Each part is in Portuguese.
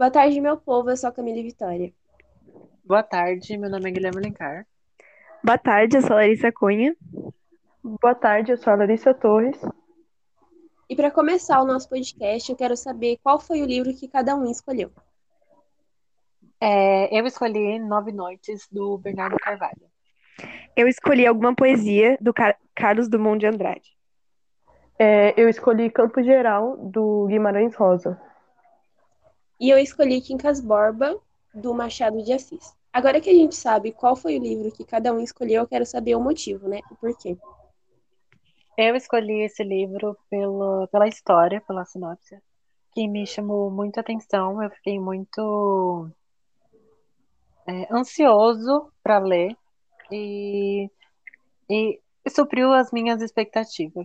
Boa tarde, meu povo. Eu sou a Camille Vitória. Boa tarde, meu nome é Guilherme Alencar. Boa tarde, eu sou a Larissa Cunha. Boa tarde, eu sou a Larissa Torres. E para começar o nosso podcast, eu quero saber qual foi o livro que cada um escolheu. Eu escolhi Nove Noites, do Bernardo Carvalho. Eu escolhi alguma poesia do Carlos Drummond de Andrade. Eu escolhi Campo Geral, do Guimarães Rosa. E eu escolhi Quincas Borba, do Machado de Assis. Agora que a gente sabe qual foi o livro que cada um escolheu, eu quero saber o motivo, né? O porquê. Eu escolhi esse livro pela história, pela sinopse, que me chamou muito a atenção. Eu fiquei muito ansioso para ler e, e supriu as minhas expectativas.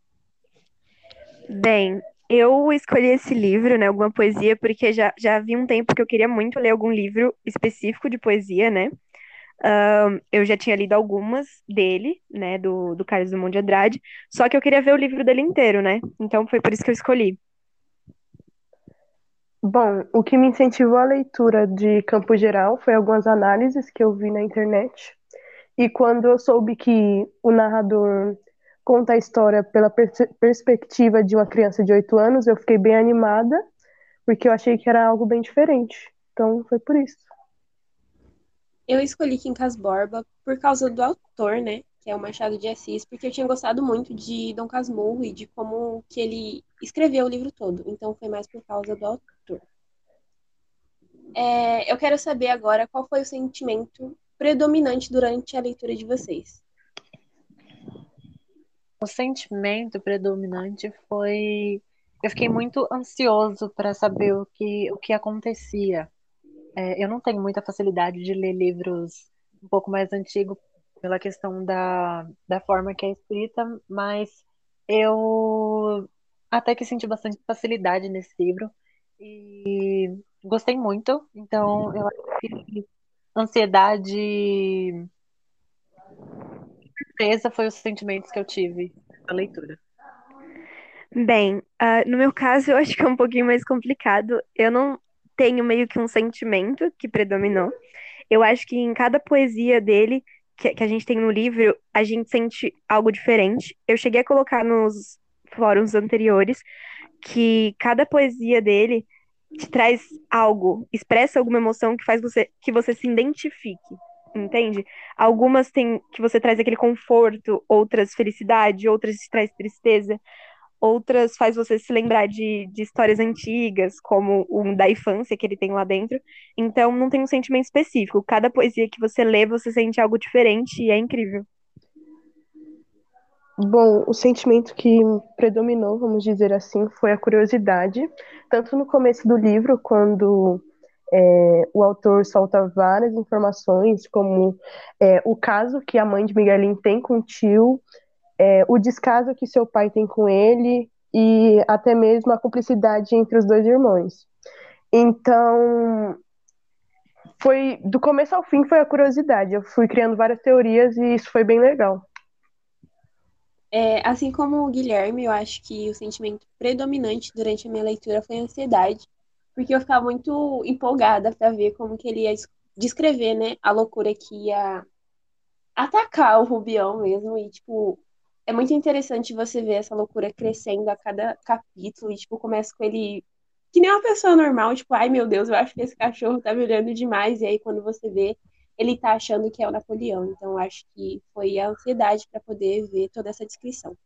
Bem, eu escolhi esse livro, né, alguma poesia, porque já havia um tempo que eu queria muito ler algum livro específico de poesia, né? Eu já tinha lido algumas dele, né, do Carlos Drummond de Andrade, só que eu queria ver o livro dele inteiro, né? Então foi por isso que eu escolhi. Bom, o que me incentivou a leitura de Campo Geral foi algumas análises que eu vi na internet. E quando eu soube que o narrador conta a história pela perspectiva de uma criança de 8 anos, eu fiquei bem animada, porque eu achei que era algo bem diferente. Então foi por isso. Eu escolhi Quincas Borba por causa do autor, né? Que é o Machado de Assis, porque eu tinha gostado muito de Dom Casmurro e de como que ele escreveu o livro todo. Então foi mais por causa do autor. Eu quero saber agora qual foi o sentimento predominante durante a leitura de vocês. O sentimento predominante foi. Eu fiquei muito ansioso para saber o que acontecia. Eu não tenho muita facilidade de ler livros um pouco mais antigos pela questão da forma que é escrita, mas eu até que senti bastante facilidade nesse livro e gostei muito. Então, eu acho que ansiedade e surpresa foi os sentimentos que eu tive na leitura. Bem, no meu caso, eu acho que é um pouquinho mais complicado. Eu não tenho meio que um sentimento que predominou. Eu acho que em cada poesia dele, que a gente tem no livro, a gente sente algo diferente. Eu cheguei a colocar nos fóruns anteriores que cada poesia dele te traz algo, expressa alguma emoção que faz que você se identifique. Entende? Algumas tem que você traz aquele conforto, outras felicidade, outras te traz tristeza. Outras faz você se lembrar de histórias antigas, como o da infância que ele tem lá dentro. Então, não tem um sentimento específico. Cada poesia que você lê, você sente algo diferente e é incrível. Bom, o sentimento que predominou, vamos dizer assim, foi a curiosidade, tanto no começo do livro, quando o autor solta várias informações, como o caso que a mãe de Miguelin tem com o tio, o descaso que seu pai tem com ele, e até mesmo a cumplicidade entre os dois irmãos. Então, foi do começo ao fim foi a curiosidade. Eu fui criando várias teorias e isso foi bem legal. Assim como o Guilherme, eu acho que o sentimento predominante durante a minha leitura foi a ansiedade, porque eu ficava muito empolgada para ver como que ele ia descrever, né, a loucura que ia atacar o Rubião mesmo, e, tipo, é muito interessante você ver essa loucura crescendo a cada capítulo, e, tipo, começa com ele que nem uma pessoa normal, tipo, ai meu Deus, eu acho que esse cachorro tá me olhando demais, e aí quando você vê, ele tá achando que é o Napoleão, então eu acho que foi a ansiedade para poder ver toda essa descrição.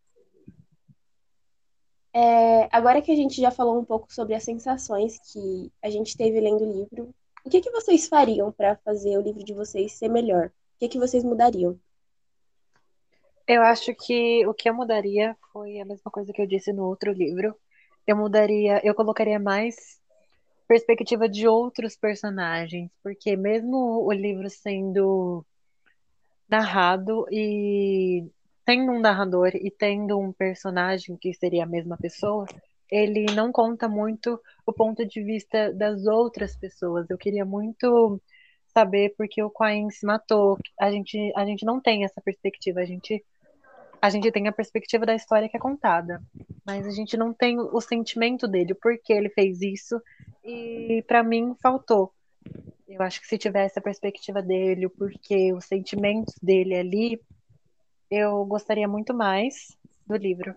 Agora que a gente já falou um pouco sobre as sensações que a gente teve lendo o livro, o que que vocês fariam para fazer o livro de vocês ser melhor? O que que vocês mudariam? Eu acho que o que eu mudaria foi a mesma coisa que eu disse no outro livro. Eu colocaria mais perspectiva de outros personagens, porque mesmo o livro sendo narrado e tendo um narrador e tendo um personagem que seria a mesma pessoa, ele não conta muito o ponto de vista das outras pessoas. Eu queria muito saber por que o Quain se matou. A gente não tem essa perspectiva, a gente tem a perspectiva da história que é contada. mas a gente não tem o sentimento dele, o porquê ele fez isso, e pra mim faltou. Eu acho que se tivesse a perspectiva dele, o porquê, os sentimentos dele ali, eu gostaria muito mais do livro.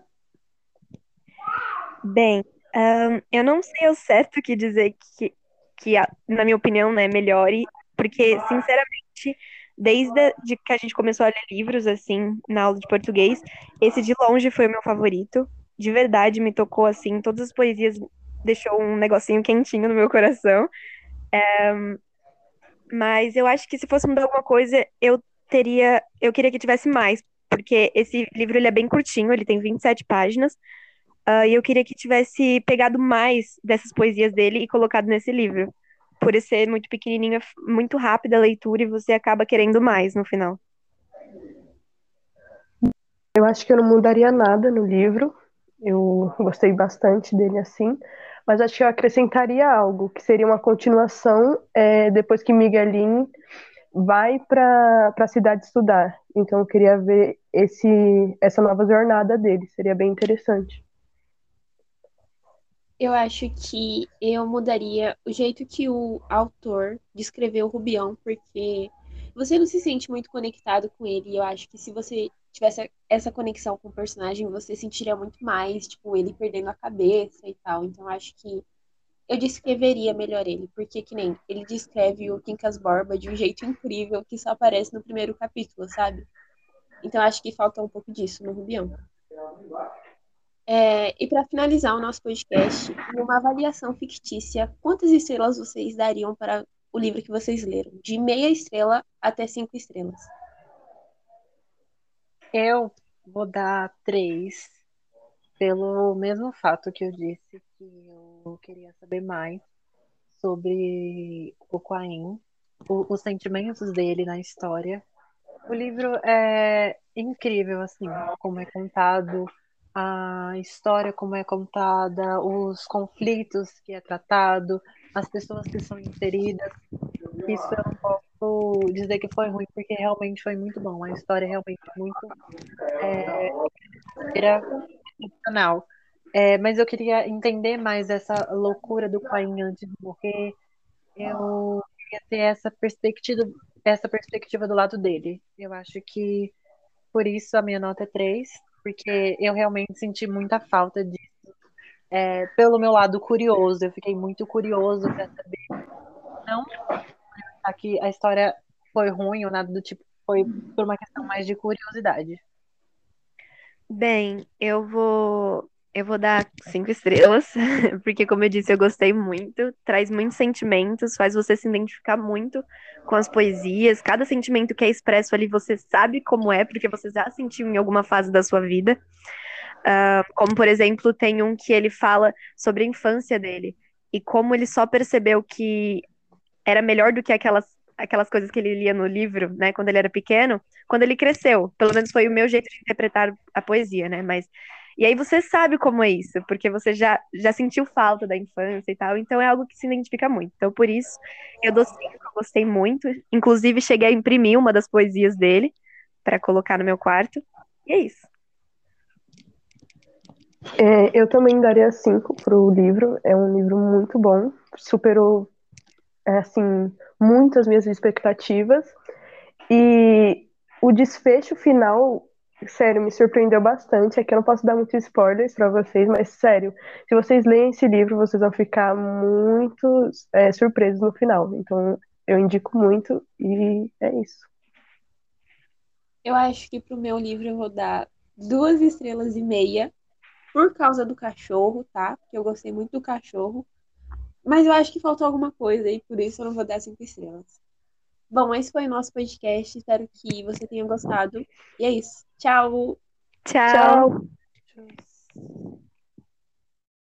Bem, eu não sei ao certo o que dizer na minha opinião, né, melhore, porque, sinceramente, desde que a gente começou a ler livros, assim, na aula de português, esse de longe foi o meu favorito. De verdade, me tocou, assim, todas as poesias deixou um negocinho quentinho no meu coração. Mas eu acho que se fosse mudar alguma coisa, eu queria que tivesse mais, porque esse livro ele é bem curtinho, ele tem 27 páginas. E eu queria que tivesse pegado mais dessas poesias dele e colocado nesse livro. Por ele ser muito pequenininho, muito rápida a leitura e você acaba querendo mais no final. Eu acho que eu não mudaria nada no livro. Eu gostei bastante dele assim, mas acho que eu acrescentaria algo, que seria uma continuação depois que Miguelin vai para a cidade estudar. Então eu queria ver essa nova jornada dele, seria bem interessante. Eu acho que eu mudaria o jeito que o autor descreveu o Rubião, porque você não se sente muito conectado com ele. E eu acho que se você tivesse essa conexão com o personagem, você sentiria muito mais, tipo, ele perdendo a cabeça e tal. Então eu acho que eu descreveria melhor ele, porque que nem ele descreve o Quincas Borba de um jeito incrível que só aparece no primeiro capítulo, sabe? Então eu acho que falta um pouco disso no Rubião. E para finalizar o nosso podcast, em uma avaliação fictícia, quantas estrelas vocês dariam para o livro que vocês leram? De meia estrela até 5 estrelas. Eu vou dar 3, pelo mesmo fato que eu disse que eu queria saber mais sobre o Quain, os sentimentos dele na história. O livro é incrível, assim, como é contado, a história como é contada, os conflitos que é tratado, as pessoas que são inseridas. Isso eu não posso dizer que foi ruim, porque realmente foi muito bom. A história é realmente muito era excepcional. Mas eu queria entender mais essa loucura do Paim antes de morrer. Eu queria ter essa perspectiva do lado dele. Eu acho que por isso a minha nota é 3, porque eu realmente senti muita falta disso. Pelo meu lado curioso, eu fiquei muito curioso para saber. Não que a história foi ruim ou nada do tipo, foi por uma questão mais de curiosidade. Bem, eu vou dar 5 estrelas, porque como eu disse, eu gostei muito, traz muitos sentimentos, faz você se identificar muito com as poesias, cada sentimento que é expresso ali você sabe como é, porque você já sentiu em alguma fase da sua vida. Como, por exemplo, tem um que ele fala sobre a infância dele e como ele só percebeu que era melhor do que aquelas coisas que ele lia no livro, né, quando ele era pequeno, quando ele cresceu. Pelo menos foi o meu jeito de interpretar a poesia, né? Mas e aí você sabe como é isso, porque você já sentiu falta da infância e tal, então é algo que se identifica muito. Então por isso eu dou 5, eu gostei muito. Inclusive cheguei a imprimir uma das poesias dele para colocar no meu quarto. E é isso. Eu também daria 5 para o livro. É um livro muito bom, superou assim muito as minhas expectativas e o desfecho final, sério, me surpreendeu bastante. Aqui eu não posso dar muitos spoilers para vocês, mas sério, se vocês leem esse livro, vocês vão ficar muito surpresos no final. Então eu indico muito e é isso. Eu acho que pro meu livro eu vou dar 2 estrelas e meia por causa do cachorro, tá? Porque eu gostei muito do cachorro. Mas eu acho que faltou alguma coisa e por isso eu não vou dar 5 estrelas. Bom, esse foi o nosso podcast. Espero que você tenha gostado. E é isso. Tchau! Tchau. Tchau.